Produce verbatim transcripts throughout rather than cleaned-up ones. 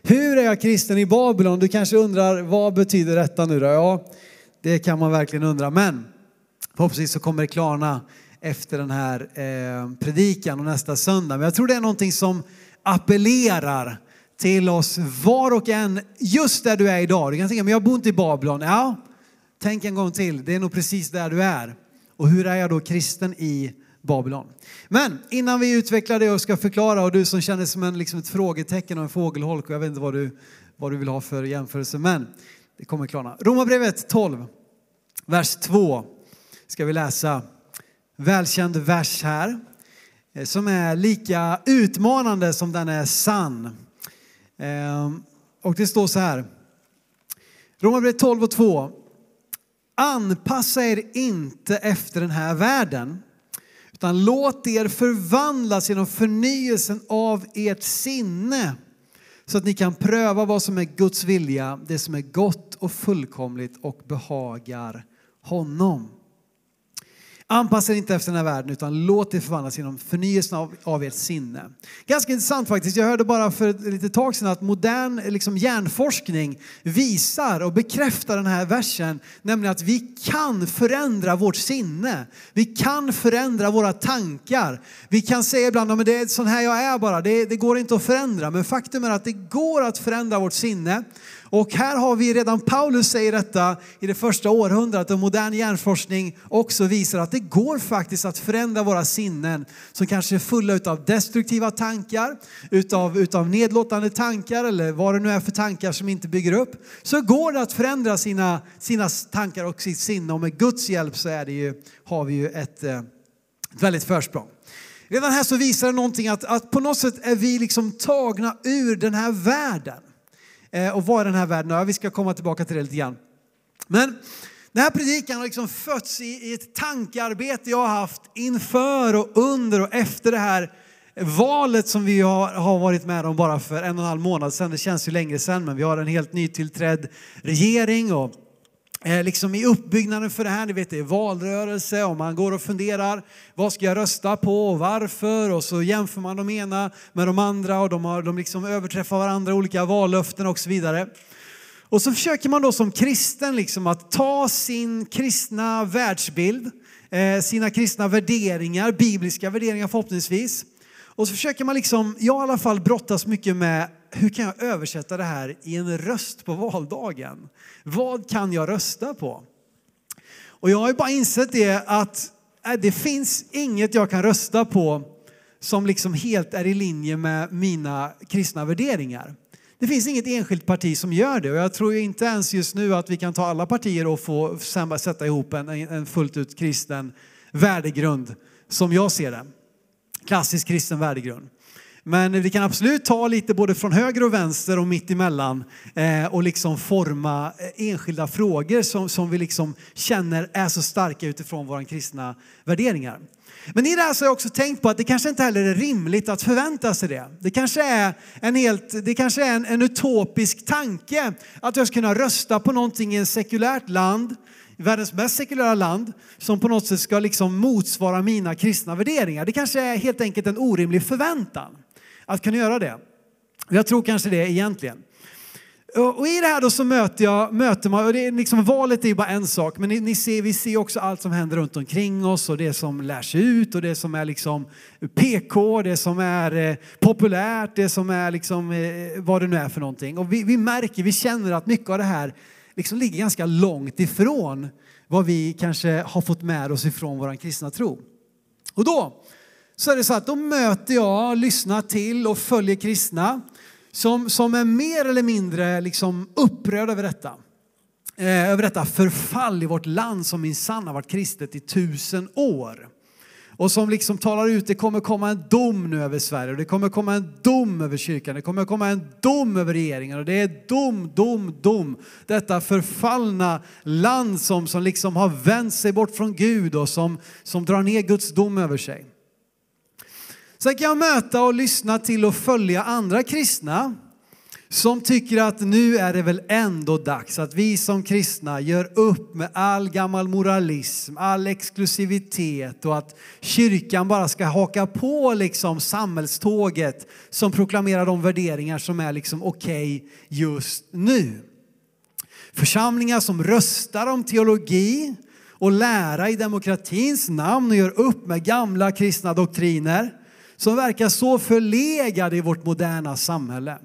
Hur är jag kristen i Babylon? Du kanske undrar, vad betyder detta nu då? Ja, det kan man verkligen undra. Men förhoppningsvis så kommer det klarna efter den här eh, predikan och nästa söndag. Men jag tror det är någonting som appellerar till oss var och en just där du är idag. Du kan tänka, men jag bor inte i Babylon. Ja, tänk en gång till. Det är nog precis där du är. Och hur är jag då kristen i Babylon? Men innan vi utvecklar det och ska förklara, och du som känner som en, liksom ett frågetecken och en fågelholk, och jag vet inte vad du, vad du vill ha för jämförelse, men det kommer klarna. Romarbrevet tolv, vers två ska vi läsa. Välkänd vers här, som är lika utmanande som den är sann. Och det står så här. Romarbrevet tolv och två. Anpassa er inte efter den här världen, utan låt er förvandlas genom förnyelsen av ert sinne, så att ni kan pröva vad som är Guds vilja, det som är gott och fullkomligt och behagar honom. Anpassa er inte efter den här världen, utan låt er förvandlas genom förnyelsen av, av ert sinne. Ganska intressant faktiskt. Jag hörde bara för ett litet tag sedan att modern liksom, hjärnforskning visar och bekräftar den här versen. Nämligen att vi kan förändra vårt sinne. Vi kan förändra våra tankar. Vi kan säga ibland att det är sån här jag är bara. Det, det går inte att förändra. Men faktum är att det går att förändra vårt sinne. Och här har vi redan, Paulus säger detta i det första århundradet, och modern hjärnforskning också visar att det går faktiskt att förändra våra sinnen som kanske är fulla utav destruktiva tankar, utav, utav nedlåtande tankar eller vad det nu är för tankar som inte bygger upp. Så går det att förändra sina, sina tankar och sitt sinne, och med Guds hjälp så är det ju, har vi ju ett, ett väldigt försprång. Redan här så visar det någonting att, att på något sätt är vi liksom tagna ur den här världen. Och vad är den här världen? Ja, vi ska komma tillbaka till det lite grann. Men den här predikan har liksom fötts i, i ett tankearbete jag har haft inför och under och efter det här valet som vi har, har varit med om bara för en och en halv månad sedan. Det känns ju längre sedan, men vi har en helt nytillträdd regering och Eh, liksom i uppbyggnaden för det här, ni vet det är valrörelse och man går och funderar, vad ska jag rösta på och varför, och så jämför man de ena med de andra och de, har, de liksom överträffar varandra, olika vallöften och så vidare. Och så försöker man då som kristen liksom att ta sin kristna världsbild, eh, sina kristna värderingar, bibliska värderingar förhoppningsvis, och så försöker man liksom, jag i alla fall brottas mycket med, hur kan jag översätta det här i en röst på valdagen? Vad kan jag rösta på? Och jag har ju bara insett det att äh, det finns inget jag kan rösta på som liksom helt är i linje med mina kristna värderingar. Det finns inget enskilt parti som gör det, och jag tror inte ens just nu att vi kan ta alla partier och få sätta ihop en, en fullt ut kristen värdegrund som jag ser det. Klassisk kristen värdegrund. Men vi kan absolut ta lite både från höger och vänster och mitt emellan eh, och liksom forma enskilda frågor som, som vi liksom känner är så starka utifrån våra kristna värderingar. Men i det här så har jag också tänkt på att det kanske inte heller är rimligt att förvänta sig det. Det kanske är en, helt, det kanske är en, en utopisk tanke att jag ska kunna rösta på någonting i en sekulärt land, världens mest sekulära land, som på något sätt ska liksom motsvara mina kristna värderingar. Det kanske är helt enkelt en orimlig förväntan att kunna göra det. Jag tror kanske det egentligen. Och i det här då så möter jag, möter man, och det är liksom, valet är ju bara en sak, men ni, ni ser, vi ser också allt som händer runt omkring oss, och det som lärs ut, och det som är liksom P K, det som är eh, populärt, det som är liksom eh, vad det nu är för någonting. Och vi, vi märker, vi känner att mycket av det här liksom ligger ganska långt ifrån vad vi kanske har fått med oss ifrån vår kristna tro. Och då så är det så att då möter jag, lyssnar till och följer kristna som, som är mer eller mindre liksom upprörda över detta. Eh, över detta förfall i vårt land som minsann har varit kristet i tusen år. Och som liksom talar ut, det kommer komma en dom nu över Sverige. Och det kommer komma en dom över kyrkan. Det kommer komma en dom över regeringen. Och det är dom, dom, dom. Detta förfallna land som, som liksom har vänt sig bort från Gud och som, som drar ner Guds dom över sig. Så kan jag möta och lyssna till och följa andra kristna Som tycker att nu är det väl ändå dags att vi som kristna gör upp med all gammal moralism, all exklusivitet och att kyrkan bara ska haka på liksom samhällståget som proklamerar de värderingar som är liksom okej just nu. Församlingar som röstar om teologi och lära i demokratins namn och gör upp med gamla kristna doktriner som verkar så förlegade i vårt moderna samhälle.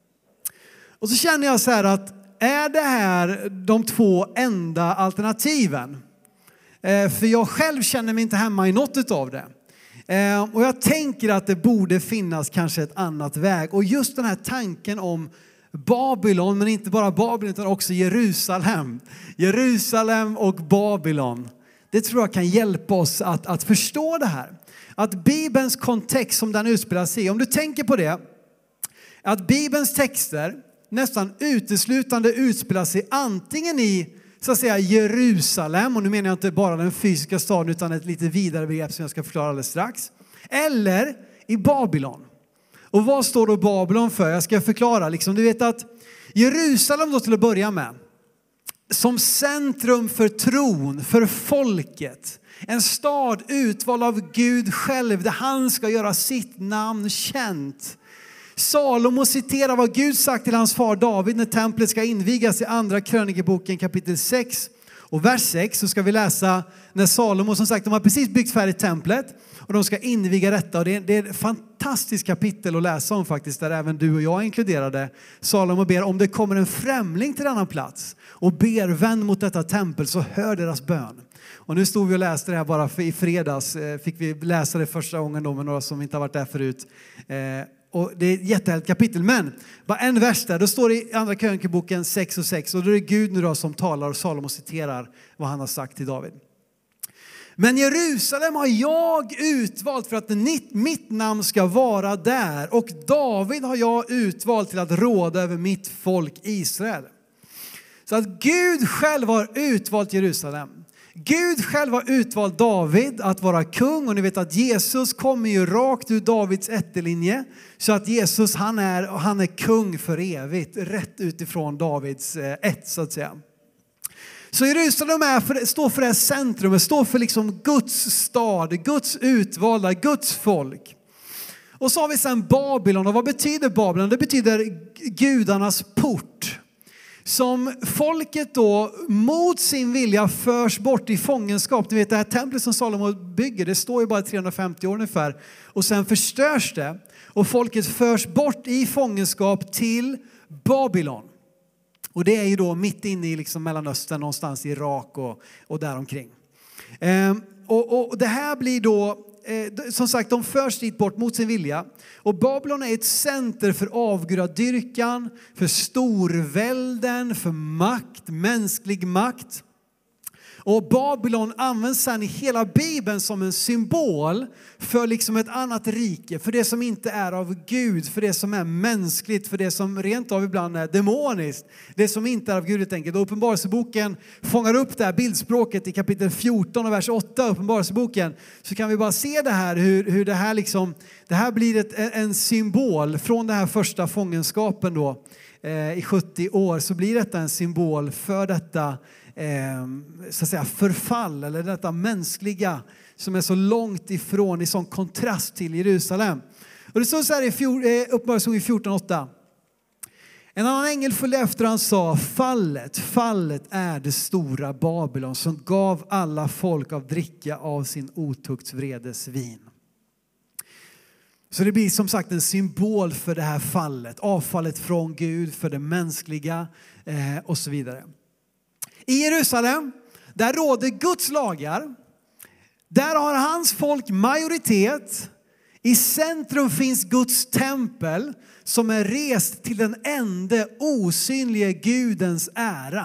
Och så känner jag så här att är det här de två enda alternativen? Eh, för jag själv känner mig inte hemma i något av det. Eh, och jag tänker att det borde finnas kanske ett annat väg. Och just den här tanken om Babylon, men inte bara Babylon utan också Jerusalem. Jerusalem och Babylon. Det tror jag kan hjälpa oss att, att förstå det här. Att Bibelns kontext som den utspelar sig, om du tänker på det, att Bibelns texter nästan uteslutande utspelar sig antingen i så att säga Jerusalem, och nu menar jag inte bara den fysiska staden utan ett lite vidare begrepp som jag ska förklara alldeles strax, eller i Babylon. Och vad står då Babylon för? Jag ska förklara. Liksom, du vet att Jerusalem då till att börja med, som centrum för tron, för folket. En stad utvald av Gud själv där han ska göra sitt namn känt. Salomo citerar vad Gud sagt till hans far David när templet ska invigas i andra krönikeboken kapitel sex. Och vers sex så ska vi läsa när Salomo, som sagt, de har precis byggt färdigt templet och de ska inviga detta. Och det är, det är ett fantastiskt kapitel att läsa om faktiskt, där även du och jag är inkluderade. Salomo ber om det kommer en främling till denna plats och ber vänd mot detta tempel, så hör deras bön. Och nu stod vi och läste det här bara för i fredags. Fick vi läsa det första gången då med några som inte har varit där förut. Och det är ett jättehärligt kapitel. Men bara en vers där. Då står det i andra krönikeboken sex och sex. Och då är det Gud nu då som talar och Salomo citerar vad han har sagt till David. Men Jerusalem har jag utvalt för att mitt namn ska vara där. Och David har jag utvalt till att råda över mitt folk Israel. Så att Gud själv har utvalt Jerusalem. Gud själv har utvalt David att vara kung, och ni vet att Jesus kommer ju rakt ur Davids ättelinje, så att Jesus han är, han är kung för evigt, rätt utifrån Davids ett så att säga. Så Jerusalem är för, står för det här centrumet, står för liksom Guds stad, Guds utvalda, Guds folk. Och så har vi sen Babylon, och vad betyder Babylon? Det betyder gudarnas port. Som folket då mot sin vilja förs bort i fångenskap. Du vet det här templet som Salomo bygger, det står ju bara trehundrafemtio år ungefär. Och sen förstörs det. Och folket förs bort i fångenskap till Babylon. Och det är ju då mitt inne i liksom Mellanöstern, någonstans i Irak och, och däromkring. Ehm, och, och det här blir då, eh, som sagt, de förs dit bort mot sin vilja. Och Babylon är ett center för avgudadyrkan, för storvälden, för makt, mänsklig makt. Och Babylon används sedan i hela Bibeln som en symbol för liksom ett annat rike. För det som inte är av Gud, för det som är mänskligt, för det som rent av ibland är demoniskt. Det som inte är av Gud helt enkelt. Och Uppenbarelseboken fångar upp det här bildspråket i kapitel fjorton och vers åtta. Uppenbarelseboken. Så kan vi bara se det här, hur, hur det här liksom, det här blir ett, en symbol från den här första fångenskapen då. Eh, I sjuttio år så blir detta en symbol för detta Eh, så att säga förfall, eller detta mänskliga som är så långt ifrån, i sån kontrast till Jerusalem. Och det står så här i fjor, eh, Uppenbarelseboken fjorton åtta. En annan ängel följde efter, han sa: fallet, fallet är det stora Babylon som gav alla folk av dricka av sin otuktsvredes vin. Så det blir som sagt en symbol för det här fallet, avfallet från Gud, för det mänskliga eh, och så vidare. I Jerusalem, där råder Guds lagar. Där har hans folk majoritet. I centrum finns Guds tempel som är rest till den enda osynlige Gudens ära.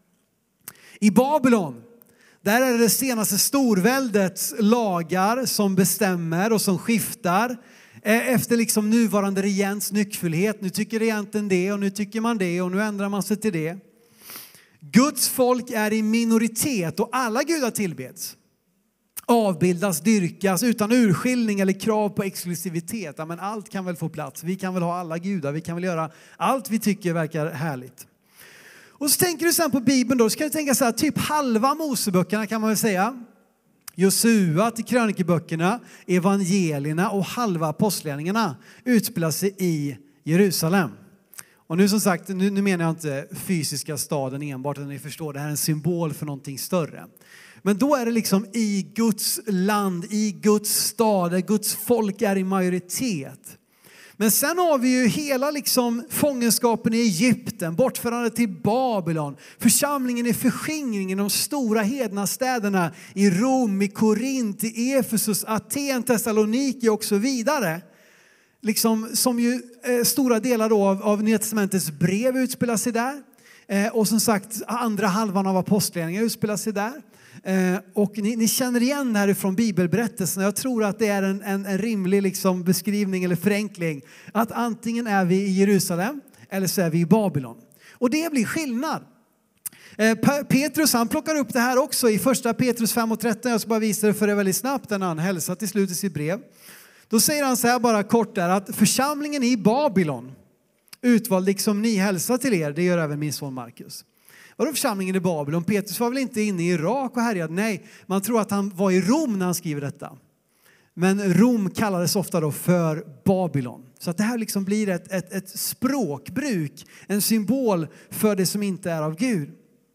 I Babylon, där är det senaste storväldets lagar som bestämmer och som skiftar efter liksom nuvarande regents nyckfullhet. Nu tycker regenten det och nu tycker man det och nu ändrar man sig till det. Guds folk är i minoritet och alla gudar tillbeds. avbildas, dyrkas utan urskiljning eller krav på exklusivitet. Ja, men allt kan väl få plats. Vi kan väl ha alla gudar. Vi kan väl göra allt vi tycker verkar härligt. Och så tänker du sen på Bibeln då. Så kan du tänka så här, typ halva Moseböckerna kan man väl säga. Josua till krönikeböckerna, evangelierna och halva apostlagärningarna utspelar sig i Jerusalem. Och nu som sagt, nu, nu menar jag inte fysiska staden enbart, utan ni förstår, det här är en symbol för någonting större. Men då är det liksom i Guds land, i Guds stad, där Guds folk är i majoritet. Men sen har vi ju hela liksom fångenskapen i Egypten, bortförande till Babylon, församlingen i förskingringen, de stora hedna städerna i Rom, i Korint, i Efesus, Aten, Thessaloniki och så vidare. Liksom, som ju eh, stora delar då av, av Nya testamentets brev utspelar sig där. Eh, och som sagt, andra halvan av apostlagärningarna utspelar sig där. Eh, och ni, ni känner igen härifrån bibelberättelsen. Jag tror att det är en, en, en rimlig liksom beskrivning eller förenkling. Att antingen är vi i Jerusalem eller så är vi i Babylon. Och det blir skillnad. Eh, Petrus han plockar upp det här också i första Petrus fem och tretton. Jag ska bara visa det för det väldigt snabbt när han hälsar till slut i sitt brev. Då säger han så här bara kort där att församlingen i Babylon utvald liksom ni hälsar till er. Det gör även min son Markus. Vadå församlingen i Babylon? Petrus var väl inte inne i Irak och härjade? Nej, man tror att han var i Rom när han skriver detta. Men Rom kallades ofta då för Babylon. Så att det här liksom blir ett, ett, ett språkbruk, en symbol för det som inte är av Gud.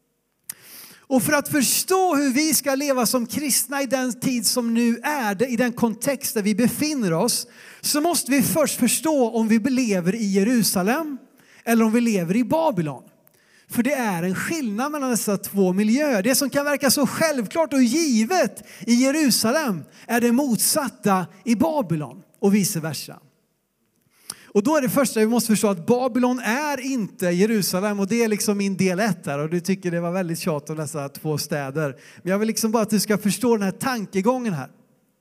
Och för att förstå hur vi ska leva som kristna i den tid som nu är, i den kontext där vi befinner oss, så måste vi först förstå om vi lever i Jerusalem eller om vi lever i Babylon. För det är en skillnad mellan dessa två miljöer. Det som kan verka så självklart och givet i Jerusalem är det motsatta i Babylon och vice versa. Och då är det första vi måste förstå att Babylon är inte Jerusalem, och det är liksom min del ett här, och du tycker det var väldigt tjat om dessa två städer. Men jag vill liksom bara att du ska förstå den här tankegången här.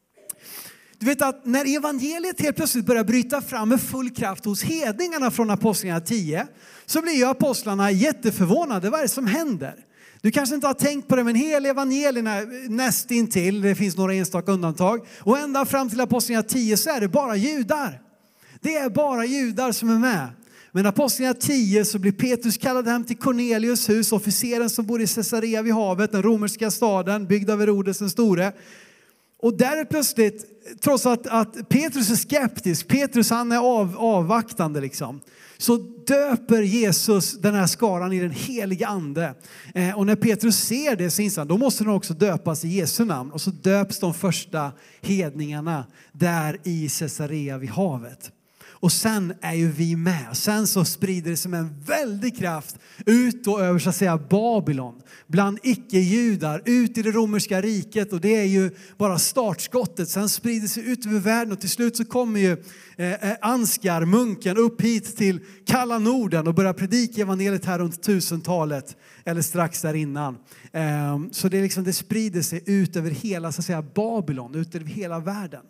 Du vet att när evangeliet helt plötsligt börjar bryta fram med full kraft hos hedningarna från Apostlagärningarna tio, så blir ju apostlarna jätteförvånade. Vad är det som händer? Du kanske inte har tänkt på det, men hela evangelierna nästintill, det finns några enstaka undantag, och ända fram till Apostlagärningarna tio så är det bara judar. Det är bara judar som är med. Men Apostlagärningarna tio så blir Petrus kallad hem till Cornelius hus, officeren som bor i Caesarea vid havet, den romerska staden byggd av Herodes den store. Och där är plötsligt, trots att, att Petrus är skeptisk, Petrus han är av, avvaktande liksom, så döper Jesus den här skaran i den heliga ande. Eh, och när Petrus ser det så inser han, då måste de också döpas i Jesu namn. Och så döps de första hedningarna där i Caesarea vid havet. Och sen är ju vi med. Sen så sprider det sig med en väldig kraft ut och över så att säga Babylon. Bland icke-judar ut i det romerska riket. Och det är ju bara startskottet. Sen sprider det sig ut över världen. Och till slut så kommer ju eh, Ansgar, munken, upp hit till kalla Norden. Och börjar predika evangeliet här runt tusentalet. Eller strax där innan. Eh, så det, är liksom, det sprider sig ut över hela så att säga Babylon. Ut över hela världen.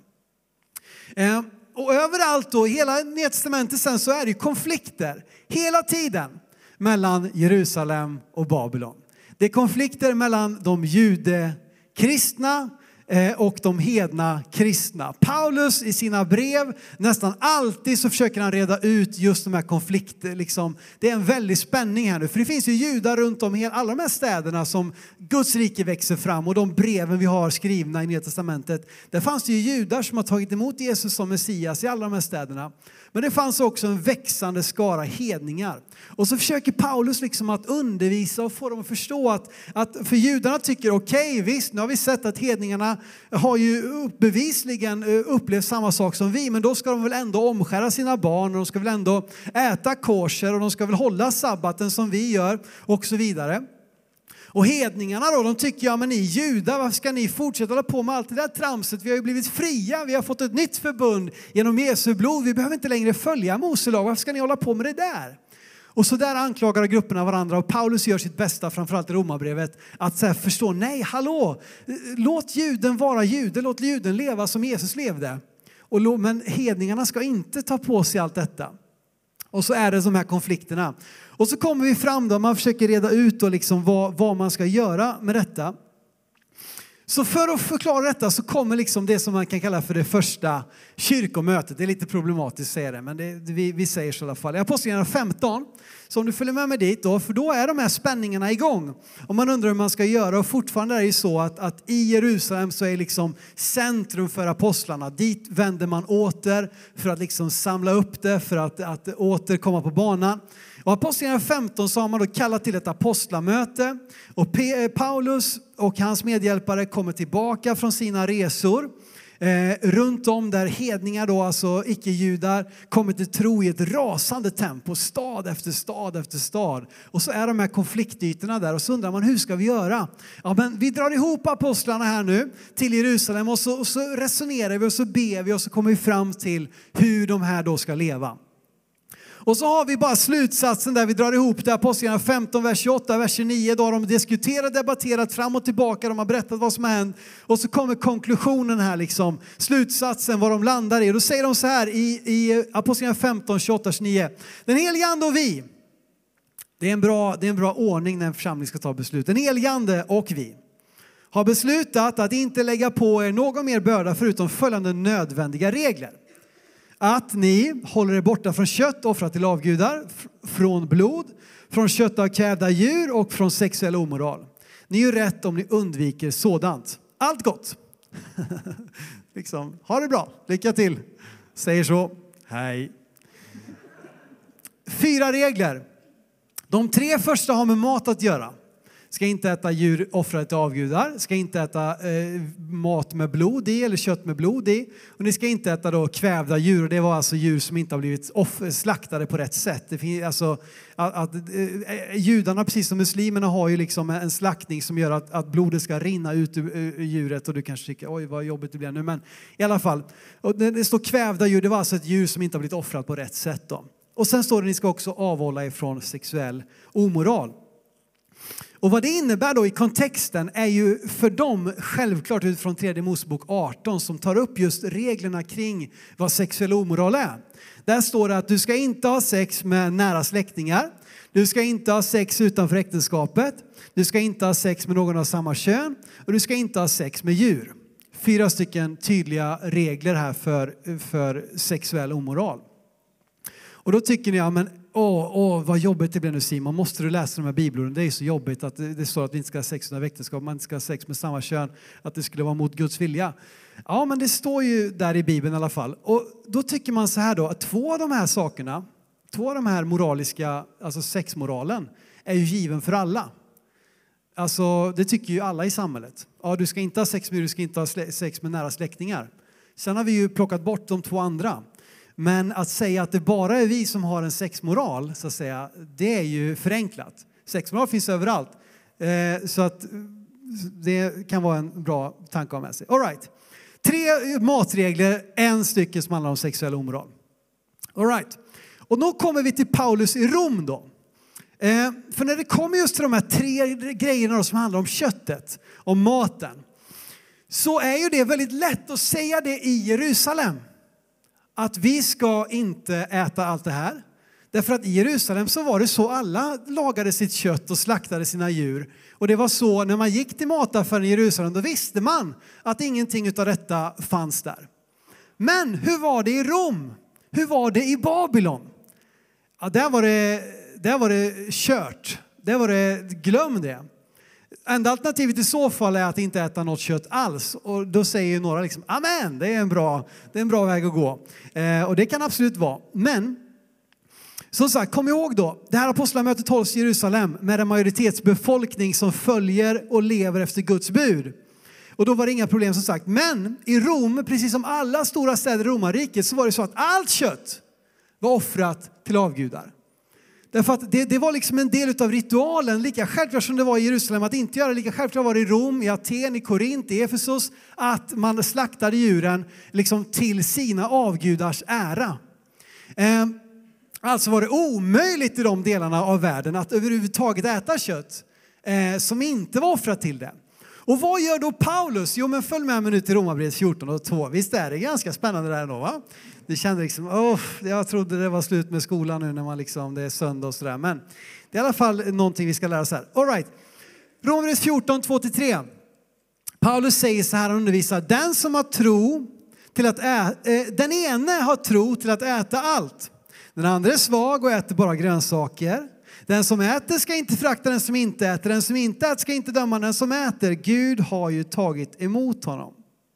Eh, Och överallt då, hela Nya testamentet sen, så är det konflikter hela tiden mellan Jerusalem och Babylon. Det är konflikter mellan de judekristna och de hedna kristna. Paulus i sina brev, nästan alltid så försöker han reda ut just de här konflikterna. Liksom. Det är en väldig spänning här nu. För det finns ju judar runt om i alla de här städerna som Guds rike växer fram. Och de breven vi har skrivna i Nya testamentet. Där fanns det ju judar som har tagit emot Jesus som Messias i alla de här städerna. Men det fanns också en växande skara hedningar. Och så försöker Paulus liksom att undervisa och få dem att förstå att, att för judarna tycker okej, okay, visst, nu har vi sett att hedningarna har ju bevisligen upplevt samma sak som vi, men då ska de väl ändå omskära sina barn och de ska väl ändå äta kosher och de ska väl hålla sabbaten som vi gör och så vidare. Och hedningarna då, de tycker, ja men ni judar, varför ska ni fortsätta hålla på med allt det där tramset? Vi har ju blivit fria, vi har fått ett nytt förbund genom Jesu blod, vi behöver inte längre följa Mose lag, varför ska ni hålla på med det där? Och så där anklagar grupperna varandra, och Paulus gör sitt bästa, framförallt i Romarbrevet, att så här förstå, nej hallå, låt juden vara jude, låt juden leva som Jesus levde. Och, men hedningarna ska inte ta på sig allt detta. Och så är det de här konflikterna. Och så kommer vi fram då, man försöker reda ut då liksom vad, vad man ska göra med detta. Så för att förklara detta så kommer liksom det som man kan kalla för det första kyrkomötet. Det är lite problematiskt att säga det, men det, vi, vi säger så i alla fall. I Apostlagärningarna femton, så om du följer med mig dit då, för då är de här spänningarna igång. Och man undrar hur man ska göra, och fortfarande är det ju så att, att i Jerusalem så är liksom centrum för apostlarna. Dit vänder man åter för att liksom samla upp det, för att, att åter komma på banan. Och Apostlagärningarna femton så har man då kallat till ett apostlamöte, och P- Paulus och hans medhjälpare kommer tillbaka från sina resor eh, runt om där hedningar då, alltså icke-judar, kommer till tro i ett rasande tempo, stad efter stad efter stad. Och så är de här konfliktytorna där, och så undrar man, hur ska vi göra? Ja, men vi drar ihop apostlarna här nu till Jerusalem, och så, och så resonerar vi och så ber vi, och så kommer vi fram till hur de här då ska leva. Och så har vi bara slutsatsen där vi drar ihop det. Apostlagärningarna femton, vers tjugoåtta, vers tjugonio. Då har de diskuterat, debatterat fram och tillbaka. De har berättat vad som har hänt. Och så kommer konklusionen här liksom. Slutsatsen, vad de landar i. Och då säger de så här i, i Apostlagärningarna femton, tjugoåtta, tjugonio. Den helige ande och vi. Det är, en bra, det är en bra ordning när en församling ska ta beslut. Den helige ande och vi har beslutat att inte lägga på er någon mer börda förutom följande nödvändiga regler. Att ni håller er borta från kött offrat till avgudar, från blod, från kött av kvävda djur och från sexuell omoral. Ni är rätt om ni undviker sådant. Allt gott. liksom, ha det bra. Lycka till. Säger så. Hej. Fyra regler. De tre första har med mat att göra. Ska inte äta djur offrade till avgudar. Ska inte äta eh, mat med blod i eller kött med blod i. Och ni ska inte äta då kvävda djur. Och det var alltså djur som inte har blivit off- slaktade på rätt sätt. Det finns alltså att, att eh, judarna, precis som muslimerna, har ju liksom en slaktning som gör att, att blodet ska rinna ut ur, ur djuret. Och du kanske tycker, oj vad jobbigt det blir nu. Men i alla fall, och det, det står kvävda djur. Det var alltså ett djur som inte har blivit offrat på rätt sätt då. Och sen står det, ni ska också avhålla ifrån sexuell omoral. Och vad det innebär då i kontexten är ju för dem självklart utifrån tredje Mosebok arton, som tar upp just reglerna kring vad sexuell omoral är. Där står det att du ska inte ha sex med nära släktingar. Du ska inte ha sex utanför äktenskapet. Du ska inte ha sex med någon av samma kön. Och du ska inte ha sex med djur. Fyra stycken tydliga regler här för, för sexuell omoral. Och då tycker ni, ja men åh, åh vad jobbigt det blir nu Simon. Måste du läsa de här bibelorden? Det är så jobbigt att det, det står att vi inte ska ha sex under äktenskap. Man inte ska ha sex med samma kön. Att det skulle vara mot Guds vilja. Ja, men det står ju där i Bibeln i alla fall. Och då tycker man så här då, att två av de här sakerna, två av de här moraliska, alltså sexmoralen, är ju given för alla. Alltså det tycker ju alla i samhället. Ja, du ska inte ha sex med, du ska inte ha sex med nära släktingar. Sen har vi ju plockat bort de två andra. Men att säga att det bara är vi som har en sexmoral, så att säga, det är ju förenklat. Sexmoral finns överallt. Eh, så att det kan vara en bra tanke att ha med sig. All right. Tre matregler, en stycke som handlar om sexuell omoral. All right. Och då kommer vi till Paulus i Rom då. Eh, för när det kommer just till de här tre grejerna som handlar om köttet, om maten, så är ju det väldigt lätt att säga det i Jerusalem. Att vi ska inte äta allt det här. Därför att i Jerusalem så var det så, alla lagade sitt kött och slaktade sina djur. Och det var så när man gick till mataffären i Jerusalem, då visste man att ingenting av detta fanns där. Men hur var det i Rom? Hur var det i Babylon? Ja, där var det, där var det kört. Där var det, glöm det. Enda alternativet i så fall är att inte äta något kött alls. Och då säger ju några liksom, amen, det är en bra, det är en bra väg att gå. Eh, och det kan absolut vara. Men, som sagt, kom ihåg då, det här apostlamötet hålls i Jerusalem med en majoritetsbefolkning som följer och lever efter Guds bud. Och då var det inga problem som sagt. Men i Rom, precis som alla stora städer i Romarriket, så var det så att allt kött var offrat till avgudar. Därför att det, det var liksom en del av ritualen, lika självklart som det var i Jerusalem att inte göra, lika självklart var det i Rom, i Aten, i Korint, i Efesos, att man slaktade djuren liksom till sina avgudars ära. Eh, alltså var det omöjligt i de delarna av världen att överhuvudtaget äta kött eh, som inte var offrat till det. Och vad gör då Paulus? Jo, men följ med mig nu till Romarbrevet fjorton och två. Visst är det ganska spännande där ändå, va? Det kände liksom, åh, jag trodde det var slut med skolan nu när man liksom, det är söndag och sådär. Men det är i alla fall någonting vi ska lära oss här. All right. Romarbrevet fjorton, två till tre. Paulus säger så här, han undervisar, den som har tro till att äta, eh, den ene har tro till att äta allt. Den andra är svag och äter bara grönsaker. Den som äter ska inte förakta den som inte äter. Den som inte äter ska inte döma den som äter. Gud har ju tagit emot honom.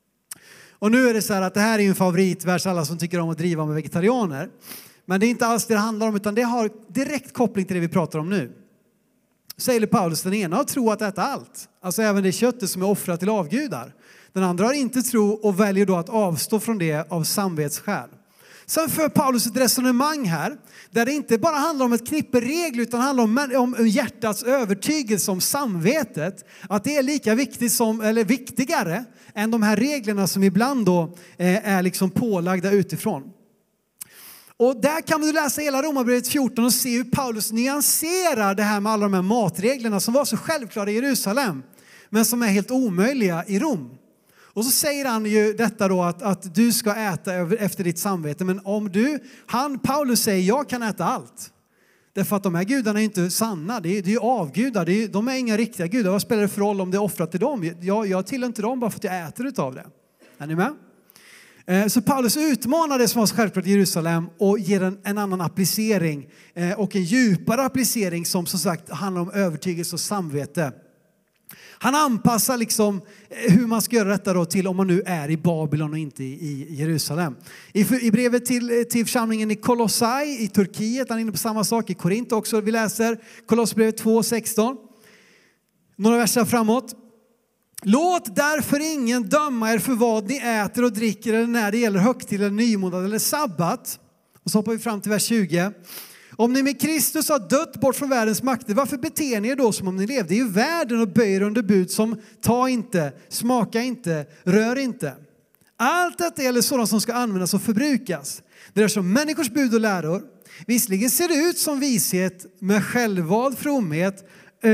Och nu är det så här att det här är en favoritvers, alla som tycker om att driva med vegetarianer. Men det är inte alls det det handlar om, utan det har direkt koppling till det vi pratar om nu. Säger Paulus, den ena har tro att äta allt. Alltså även det köttet som är offrat till avgudar. Den andra har inte tro och väljer då att avstå från det av samvetsskäl. Sen för Paulus ett resonemang här där det inte bara handlar om ett knippe regler utan handlar om, om hjärtats övertygelse om samvetet. Att det är lika viktigt som, eller viktigare än de här reglerna som ibland då eh, är liksom pålagda utifrån. Och där kan du läsa hela Romarbrevet fjorton och se hur Paulus nyanserar det här med alla de här matreglerna som var så självklara i Jerusalem men som är helt omöjliga i Rom. Och så säger han ju detta då att, att du ska äta efter ditt samvete. Men om du, han, Paulus säger, jag kan äta allt. Därför att de här gudarna är inte sanna. Det är, det är avgudar. Det är, de är inga riktiga gudar. Vad spelar det för roll om det är offrat till dem? Jag, jag tillhör inte dem bara för att jag äter utav det. Är ni med? Så Paulus utmanar det som var så självklart i Jerusalem och ger en, en annan applicering. Och en djupare applicering som som sagt handlar om övertygelse och samvete. Han anpassar liksom hur man ska göra detta då till om man nu är i Babylon och inte i Jerusalem. I, i brevet till, till församlingen i Kolossai i Turkiet, han är inne på samma sak. I Korint också, vi läser Kolossbrevet två sexton. Några verser framåt. Låt därför ingen döma er för vad ni äter och dricker eller när det gäller högtid eller nymånad eller sabbat. Och så hoppar vi fram till vers tjugo. Om ni med Kristus har dött bort från världens makter, varför beter ni er då som om ni levde i världen och böjer under bud som ta inte, smaka inte, rör inte? Allt detta gäller sådant som ska användas och förbrukas. Det är som människors bud och läror. Visserligen ser det ut som vishet med självvald fromhet,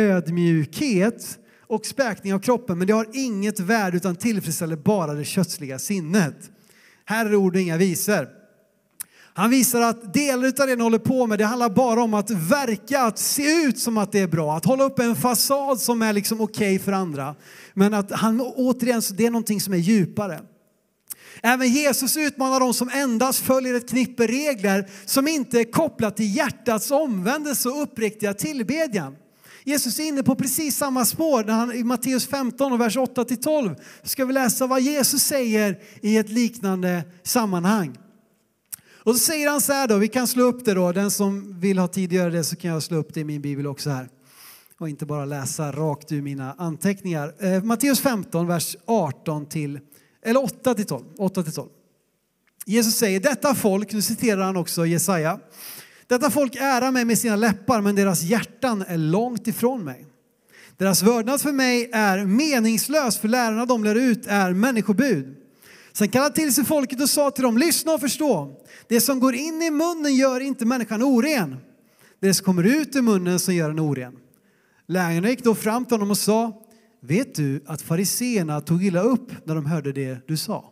ödmjukhet och späkning av kroppen, men det har inget värde utan tillfredsställer bara det kötsliga sinnet. Här är ord och inga visor. Han visar att delar av det han håller på med, det handlar bara om att verka, att se ut som att det är bra. Att hålla upp en fasad som är liksom okej för andra. Men att han återigen, så det är någonting som är djupare. Även Jesus utmanar de som endast följer ett knippe regler som inte är kopplat till hjärtats omvändelse och uppriktiga tillbedjan. Jesus är inne på precis samma spår när han i Matteus femton och vers åtta till tolv ska vi läsa vad Jesus säger i ett liknande sammanhang. Och så säger han så här då, vi kan slå upp det då. Den som vill ha tid att göra det så kan jag slå upp det i min bibel också här. Och inte bara läsa rakt ur mina anteckningar. Eh, Matteus femton, vers arton till, eller åtta till tolv. åtta till tolv. Jesus säger, detta folk, nu citerar han också Jesaja. Detta folk ärar mig med sina läppar, men deras hjärtan är långt ifrån mig. Deras vördnad för mig är meningslös, för lärarna de lär ut är människobud. Sen kallade till sig folket och sa till dem, lyssna och förstå. Det som går in i munnen gör inte människan oren. Det som kommer ut ur munnen som gör en oren. Lärarna gick då fram till honom och sa, vet du att fariseerna tog illa upp när de hörde det du sa?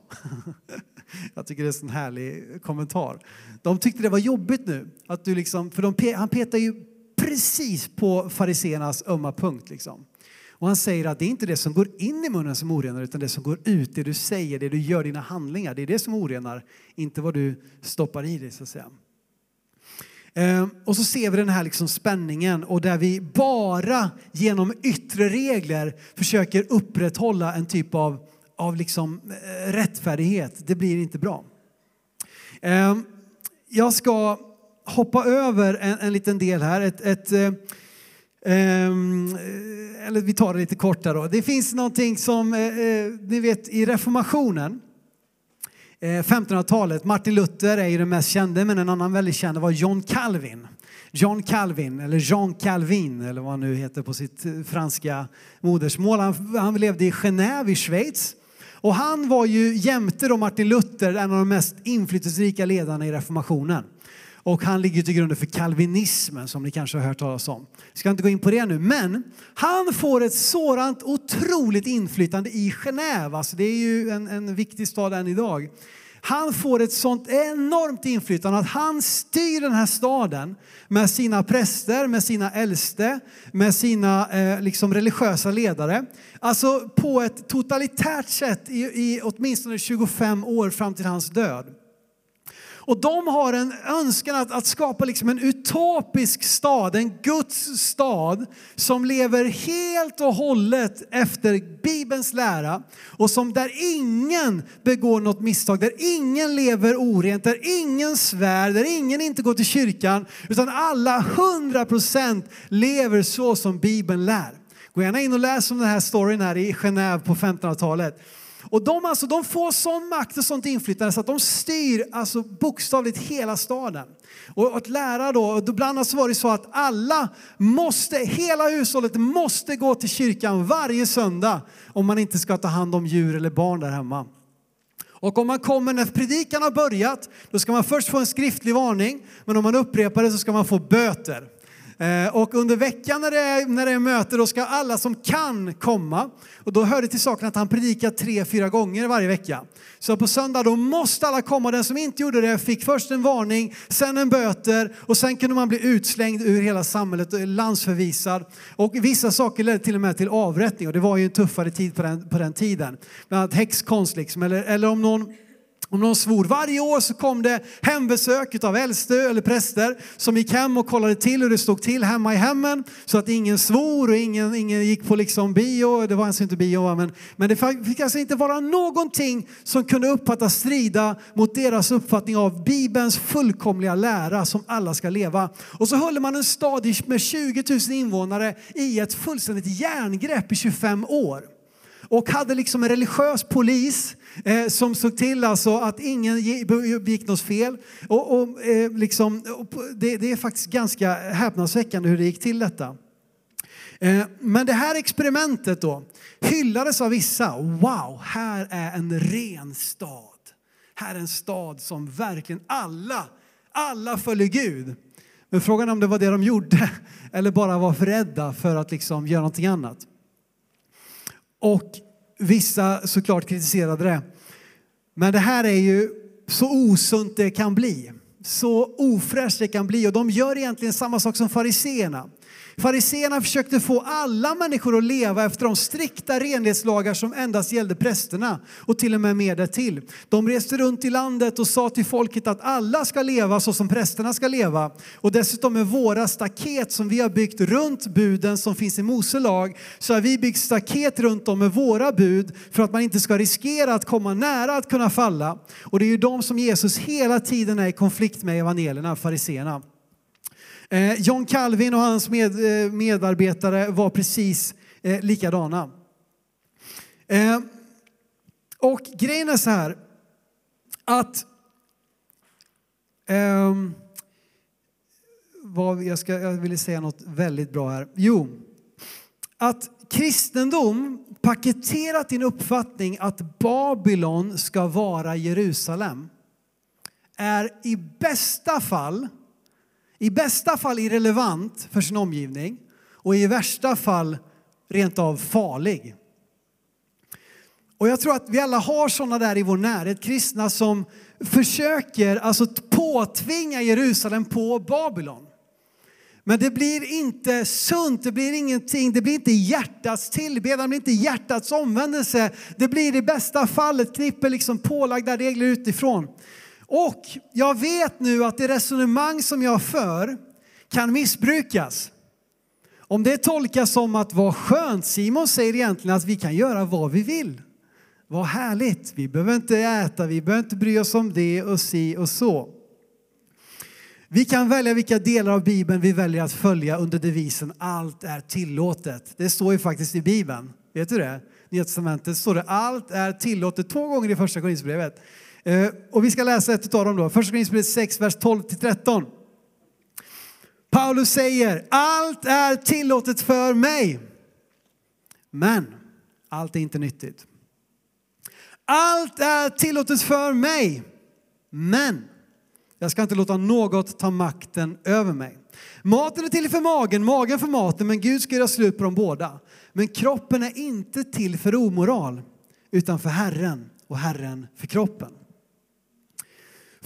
Jag tycker det är en härlig kommentar. De tyckte det var jobbigt nu. Att du liksom, för de, han petar ju precis på fariseernas ömma punkt liksom. Och han säger att det är inte det som går in i munnen som orenar, utan det som går ut, det du säger, det du gör, dina handlingar. Det är det som orenar, inte vad du stoppar i dig så att säga. Ehm, och så ser vi den här liksom spänningen och där vi bara genom yttre regler försöker upprätthålla en typ av, av liksom, eh, rättfärdighet. Det blir inte bra. Ehm, jag ska hoppa över en, en liten del här. Ett... ett eh, Um, eller vi tar det lite kortare då. Det finns någonting som eh, ni vet i reformationen eh, femtonhundratalet. Martin Luther är ju den mest kände, men en annan väldigt känd var John Calvin. John Calvin eller Jean Calvin eller vad han nu heter på sitt franska modersmål. Han, han levde i Genève i Schweiz. Och han var ju jämte då Martin Luther en av de mest inflytelserika ledarna i reformationen. Och han ligger till grund för kalvinismen som ni kanske har hört talas om. Jag ska inte gå in på det nu. Men han får ett sådant otroligt inflytande i Genève. Alltså det är ju en, en viktig stad än idag. Han får ett sånt enormt inflytande att han styr den här staden med sina präster, med sina äldste, med sina eh, liksom religiösa ledare. Alltså på ett totalitärt sätt i, i åtminstone tjugofem år fram till hans död. Och de har en önskan att, att skapa liksom en utopisk stad, en Guds stad som lever helt och hållet efter Bibelns lära. Och som där ingen begår något misstag, där ingen lever orent, där ingen svär, där ingen inte går till kyrkan. Utan alla hundra procent lever så som Bibeln lär. Gå gärna in och läs om den här storyn här i Genève på femtonhundratalet. Och de, alltså, de får sån makt och sånt inflytande så att de styr alltså, bokstavligt hela staden. Och att lära då, då bland annat så var det så att alla måste, hela hushållet måste gå till kyrkan varje söndag om man inte ska ta hand om djur eller barn där hemma. Och om man kommer när predikan har börjat, då ska man först få en skriftlig varning, men om man upprepar det så ska man få böter. Och under veckan när det, är, när det är möte då ska alla som kan komma. Och då hör det till saken att han predikar tre, fyra gånger varje vecka. Så på söndag då måste alla komma. Den som inte gjorde det fick först en varning, sen en böter. Och sen kunde man bli utslängd ur hela samhället och landsförvisad. Och vissa saker ledde till och med till avrättning. Och det var ju en tuffare tid på den, på den tiden. Bland annat häxkonst liksom. Eller, eller om någon... Om någon svor. Varje år så kom det hembesök av äldste eller präster som gick hem och kollade till hur det stod till hemma i hemmen. Så att ingen svor och ingen, ingen gick på liksom bio. Det var ens inte bio. Men, men det fick alltså inte vara någonting som kunde uppfattas strida mot deras uppfattning av Bibelns fullkomliga lära som alla ska leva. Och så höll man en stad med tjugo tusen invånare i ett fullständigt järngrepp i tjugofem år. Och hade liksom en religiös polis eh, som såg till alltså att ingen gick något fel. Och, och, eh, liksom, och det, det är faktiskt ganska häpnadsväckande hur det gick till detta. Eh, men det här experimentet då hyllades av vissa. Wow, här är en ren stad. Här är en stad som verkligen alla, alla följer Gud. Men frågan är om det var det de gjorde eller bara var för rädda för att liksom göra någonting annat. Och vissa såklart kritiserade det. Men det här är ju så osunt det kan bli. Så ofräscht det kan bli. Och de gör egentligen samma sak som fariseerna. Fariseerna försökte få alla människor att leva efter de strikta renlighetslagar som endast gällde prästerna. Och till och med mer därtill. De reste runt i landet och sa till folket att alla ska leva så som prästerna ska leva. Och dessutom med våra staket som vi har byggt runt buden som finns i Mose lag. Så har vi byggt staket runt om med våra bud för att man inte ska riskera att komma nära att kunna falla. Och det är ju de som Jesus hela tiden är i konflikt med evangelierna, fariseerna. Eh, John Calvin och hans med, eh, medarbetare var precis eh, likadana. Eh, och grejen är så här att eh, vad, jag, ska, jag ville säga något väldigt bra här. Jo, att kristendom paketerat din uppfattning att Babylon ska vara Jerusalem är i bästa fall I bästa fall irrelevant för sin omgivning och i värsta fall rent av farlig. Och jag tror att vi alla har sådana där i vår närhet, kristna som försöker alltså påtvinga Jerusalem på Babylon. Men det blir inte sunt, det blir ingenting, det blir inte hjärtats tillbedjan, det blir inte hjärtats omvändelse. Det blir i bästa fall ett knippe liksom pålagda regler utifrån. Och jag vet nu att det resonemang som jag för kan missbrukas. Om det tolkas som att vad skönt, Simon säger egentligen att vi kan göra vad vi vill. Vad härligt, vi behöver inte äta, vi behöver inte bry oss om det och si och så. Vi kan välja vilka delar av Bibeln vi väljer att följa under devisen allt är tillåtet. Det står ju faktiskt i Bibeln, vet du det? I Nya testamentet står det allt är tillåtet två gånger i första Korinthierbrevet. Uh, och vi ska läsa ett av dem då. Första Korinthierbrevet sex, vers tolv till tretton. Paulus säger, allt är tillåtet för mig. Men allt är inte nyttigt. Allt är tillåtet för mig. Men jag ska inte låta något ta makten över mig. Maten är till för magen, magen för maten, men Gud ska göra slut på dem båda. Men kroppen är inte till för omoral, utan för Herren och Herren för kroppen.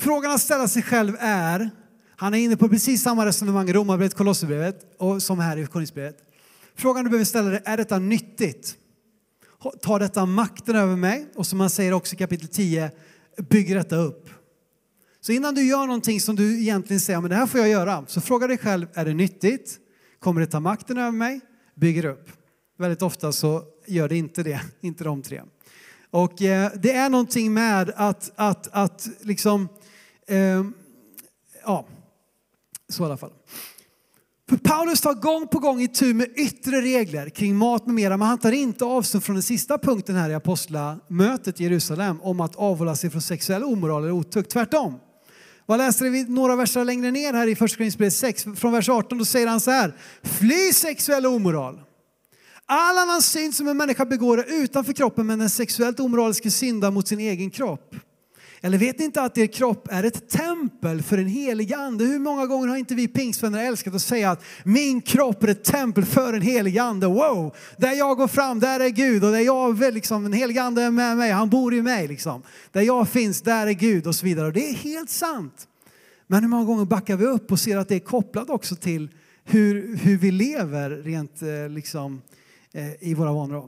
Frågan att ställa sig själv är, han är inne på precis samma resonemang i Romarbrevet, Kolosserbrevet och som här i Korinthierbrevet. Frågan du behöver ställa dig, är detta nyttigt? Tar detta makten över mig? Och som man säger också i kapitel tio, bygger detta upp. Så innan du gör någonting som du egentligen säger, men det här får jag göra. Så fråga dig själv, är det nyttigt? Kommer det ta makten över mig? Bygger upp. Väldigt ofta så gör det inte det, inte de tre. Och eh, det är någonting med att, att, att liksom, eh, ja, så i alla fall. För Paulus tar gång på gång i tur med yttre regler kring mat med mera. Men han tar inte avstånd från den sista punkten här i apostlamötet i Jerusalem om att avhålla sig från sexuell omoral eller otukt. Tvärtom. Vad läser vi några verser längre ner här i första Korinthierbrevet sex? Från vers arton då säger han så här. Fly sexuell omoral. All annan synd som en människa begår är utanför kroppen, men den sexuellt omoraliska syndar mot sin egen kropp. Eller vet ni inte att er kropp är ett tempel för en helig ande? Hur många gånger har inte vi pingstvänner älskat att säga att min kropp är ett tempel för en helig ande? Wow! Där jag går fram, där är Gud. Och där jag liksom, en helig ande är med mig, han bor i mig liksom. Där jag finns, där är Gud och så vidare. Och det är helt sant. Men hur många gånger backar vi upp och ser att det är kopplat också till hur, hur vi lever rent liksom i våra vanor.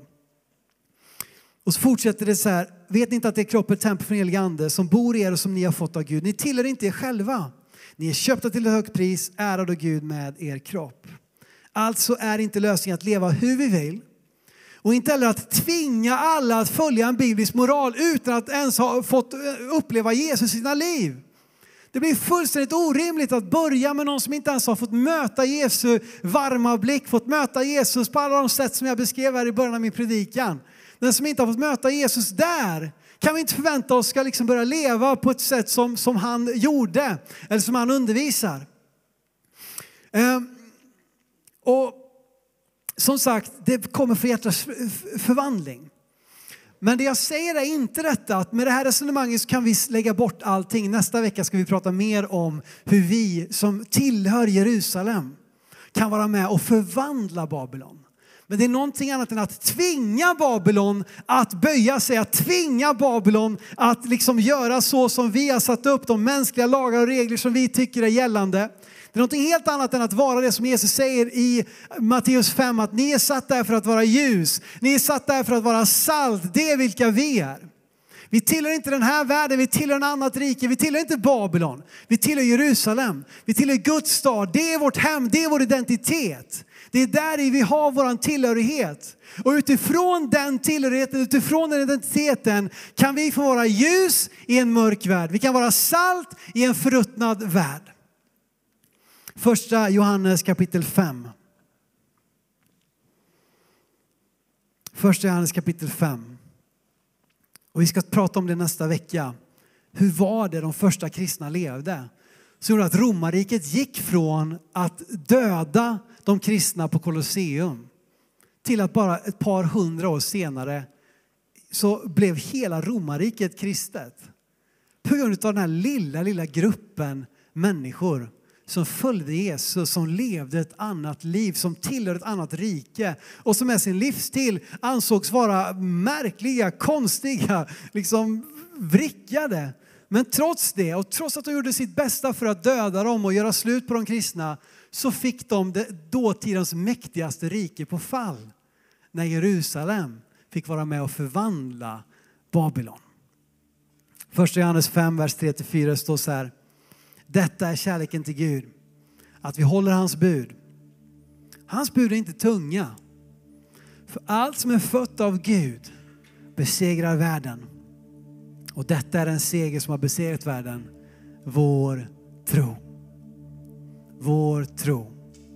Och så fortsätter det så här. Vet ni inte att det är kroppen, tempel för en helig ande som bor i er och som ni har fått av Gud? Ni tillhör inte er själva. Ni är köpta till ett högt pris, ärad av Gud med er kropp. Alltså är inte lösningen att leva hur vi vill. Och inte heller att tvinga alla att följa en biblisk moral utan att ens ha fått uppleva Jesus i sina liv. Det blir fullständigt orimligt att börja med någon som inte ens har fått möta Jesu varma blick. Fått möta Jesus på alla de sätt som jag beskrev här i början av min predikan. Den som inte har fått möta Jesus där kan vi inte förvänta oss ska liksom börja leva på ett sätt som, som han gjorde. Eller som han undervisar. Ehm, och som sagt, det kommer för hjärtats förvandling. Men det jag säger är inte detta att med det här resonemanget så kan vi lägga bort allting. Nästa vecka ska vi prata mer om hur vi som tillhör Jerusalem kan vara med och förvandla Babylon. Men det är någonting annat än att tvinga Babylon att böja sig. Att tvinga Babylon att liksom göra så som vi har satt upp. De mänskliga lagar och regler som vi tycker är gällande. Det är någonting helt annat än att vara det som Jesus säger i Matteus fem. Att ni är satt där för att vara ljus. Ni är satt där för att vara salt. Det är vilka vi är. Vi tillhör inte den här världen, vi tillhör en annat rike. Vi tillhör inte Babylon. Vi tillhör Jerusalem. Vi tillhör Guds stad. Det är vårt hem, det är vår identitet. Det är där vi har vår tillhörighet. Och utifrån den tillhörigheten, utifrån den identiteten kan vi få vara ljus i en mörk värld. Vi kan vara salt i en förruttnad värld. Första Johannes kapitel fem. Första Johannes kapitel fem. Och vi ska prata om det nästa vecka. Hur var det de första kristna levde? Så att romarriket gick från att döda de kristna på Colosseum till att bara ett par hundra år senare så blev hela romarriket kristet. På grund av den här lilla, lilla gruppen människor som följde Jesus, som levde ett annat liv, som tillhörde ett annat rike och som med sin livsstil ansågs vara märkliga, konstiga, liksom vrickade. Men trots det och trots att de gjorde sitt bästa för att döda dem och göra slut på de kristna så fick de det dåtidens mäktigaste rike på fall. När Jerusalem fick vara med och förvandla Babylon. Första Johannes fem, vers tre till fyra står så här. Detta är kärleken till Gud. Att vi håller hans bud. Hans bud är inte tunga. För allt som är fött av Gud besegrar världen. Och detta är en seger som har besegrat världen. Vår tro. Vår tro.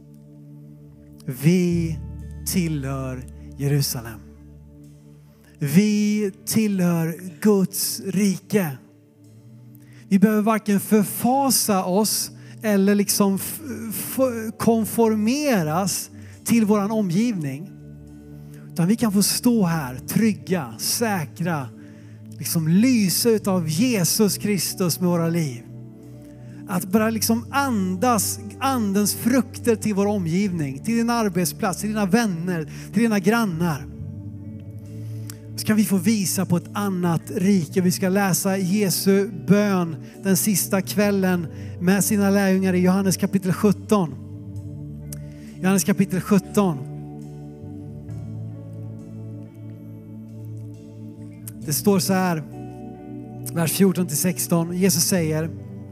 Vi tillhör Jerusalem. Vi tillhör Guds rike. Vi behöver varken förfasa oss eller liksom f- f- konformeras till våran omgivning. Utan vi kan få stå här trygga, säkra, liksom lysa utav Jesus Kristus med våra liv. Att bara liksom andas andens frukter till vår omgivning, till din arbetsplats, till dina vänner, till dina grannar. ska vi få visa på ett annat rike. Vi ska läsa Jesu bön den sista kvällen med sina lärjungar i Johannes kapitel sjutton. Johannes kapitel sjutton. Det står så här, vers fjorton till sexton. Jesus säger: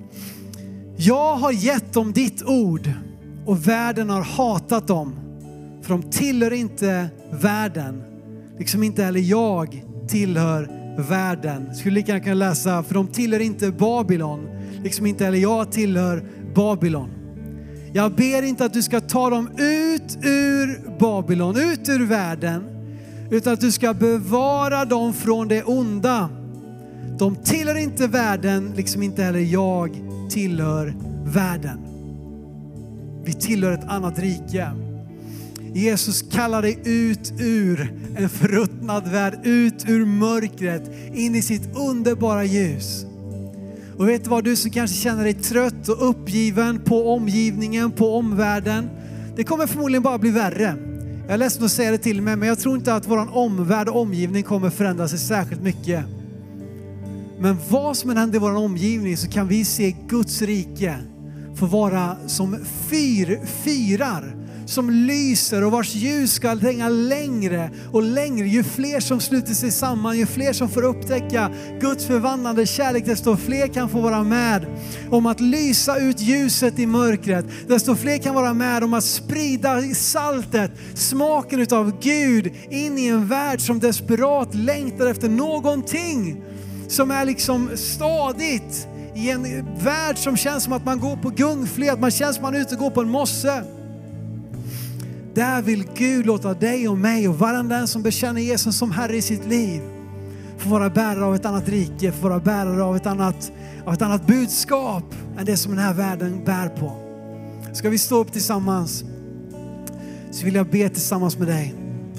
jag har gett dem ditt ord och världen har hatat dem. För de tillhör inte världen, liksom inte heller jag tillhör världen. Skulle lika gärna kunna läsa: för de tillhör inte Babylon, liksom inte heller jag tillhör Babylon. Jag ber inte att du ska ta dem ut ur Babylon, ut ur världen, utan att du ska bevara dem från det onda. De tillhör inte världen, liksom inte heller jag tillhör världen. Vi tillhör ett annat rike. Jesus kallar dig ut ur en förruttnad värld, ut ur mörkret, in i sitt underbara ljus. Och vet du vad, du som kanske känner dig trött och uppgiven på omgivningen, på omvärlden. Det kommer förmodligen bara bli värre. Jag är ledsen att säga det till mig, men jag tror inte att våran omvärld och omgivning kommer förändra sig särskilt mycket. Men vad som än händer i vår omgivning så kan vi se Guds rike få vara som fyr, fyrar som lyser och vars ljus ska tränga längre och längre. Ju fler som sluter sig samman, ju fler som får upptäcka Guds förvandlande kärlek, desto fler kan få vara med om att lysa ut ljuset i mörkret. Desto fler kan vara med om att sprida saltet, smaken utav Gud in i en värld som desperat längtar efter någonting som är liksom stadigt. I en värld som känns som att man går på gungfly, att man känns som att man är ute och går på en mosse. Där vill Gud låta dig och mig och varandra den som bekänner Jesus som Herre i sitt liv få vara bärare av ett annat rike, få vara bärare av ett annat, av ett annat budskap än det som den här världen bär på. Ska vi stå upp tillsammans, så vill jag be tillsammans med dig.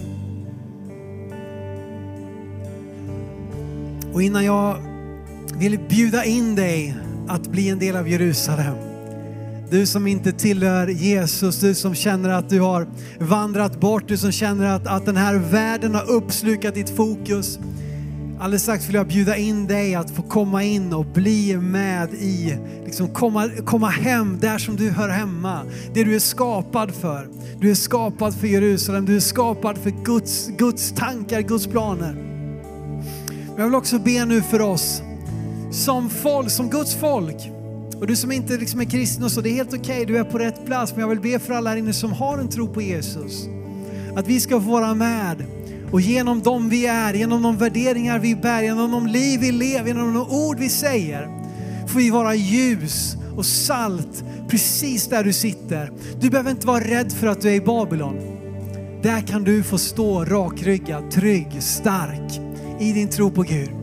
Och innan jag vill bjuda in dig att bli en del av Jerusalem. Du som inte tillhör Jesus, du som känner att du har vandrat bort, du som känner att, att den här världen har uppslukat ditt fokus. Alldeles strax vill jag bjuda in dig att få komma in och bli med i, liksom komma, komma hem där som du hör hemma. Det du är skapad för. Du är skapad för Jerusalem, du är skapad för Guds, Guds tankar, Guds planer. Jag vill också be nu för oss som folk, som Guds folk. Och du som inte liksom är kristen och så, det är helt okej, okay, du är på rätt plats. Men jag vill be för alla här inne som har en tro på Jesus. Att vi ska få vara med. Och genom dem vi är, genom de värderingar vi bär, genom de liv vi lever, genom de ord vi säger. Får vi vara ljus och salt precis där du sitter. Du behöver inte vara rädd för att du är i Babylon. Där kan du få stå rakryggad, trygg, stark i din tro på Gud.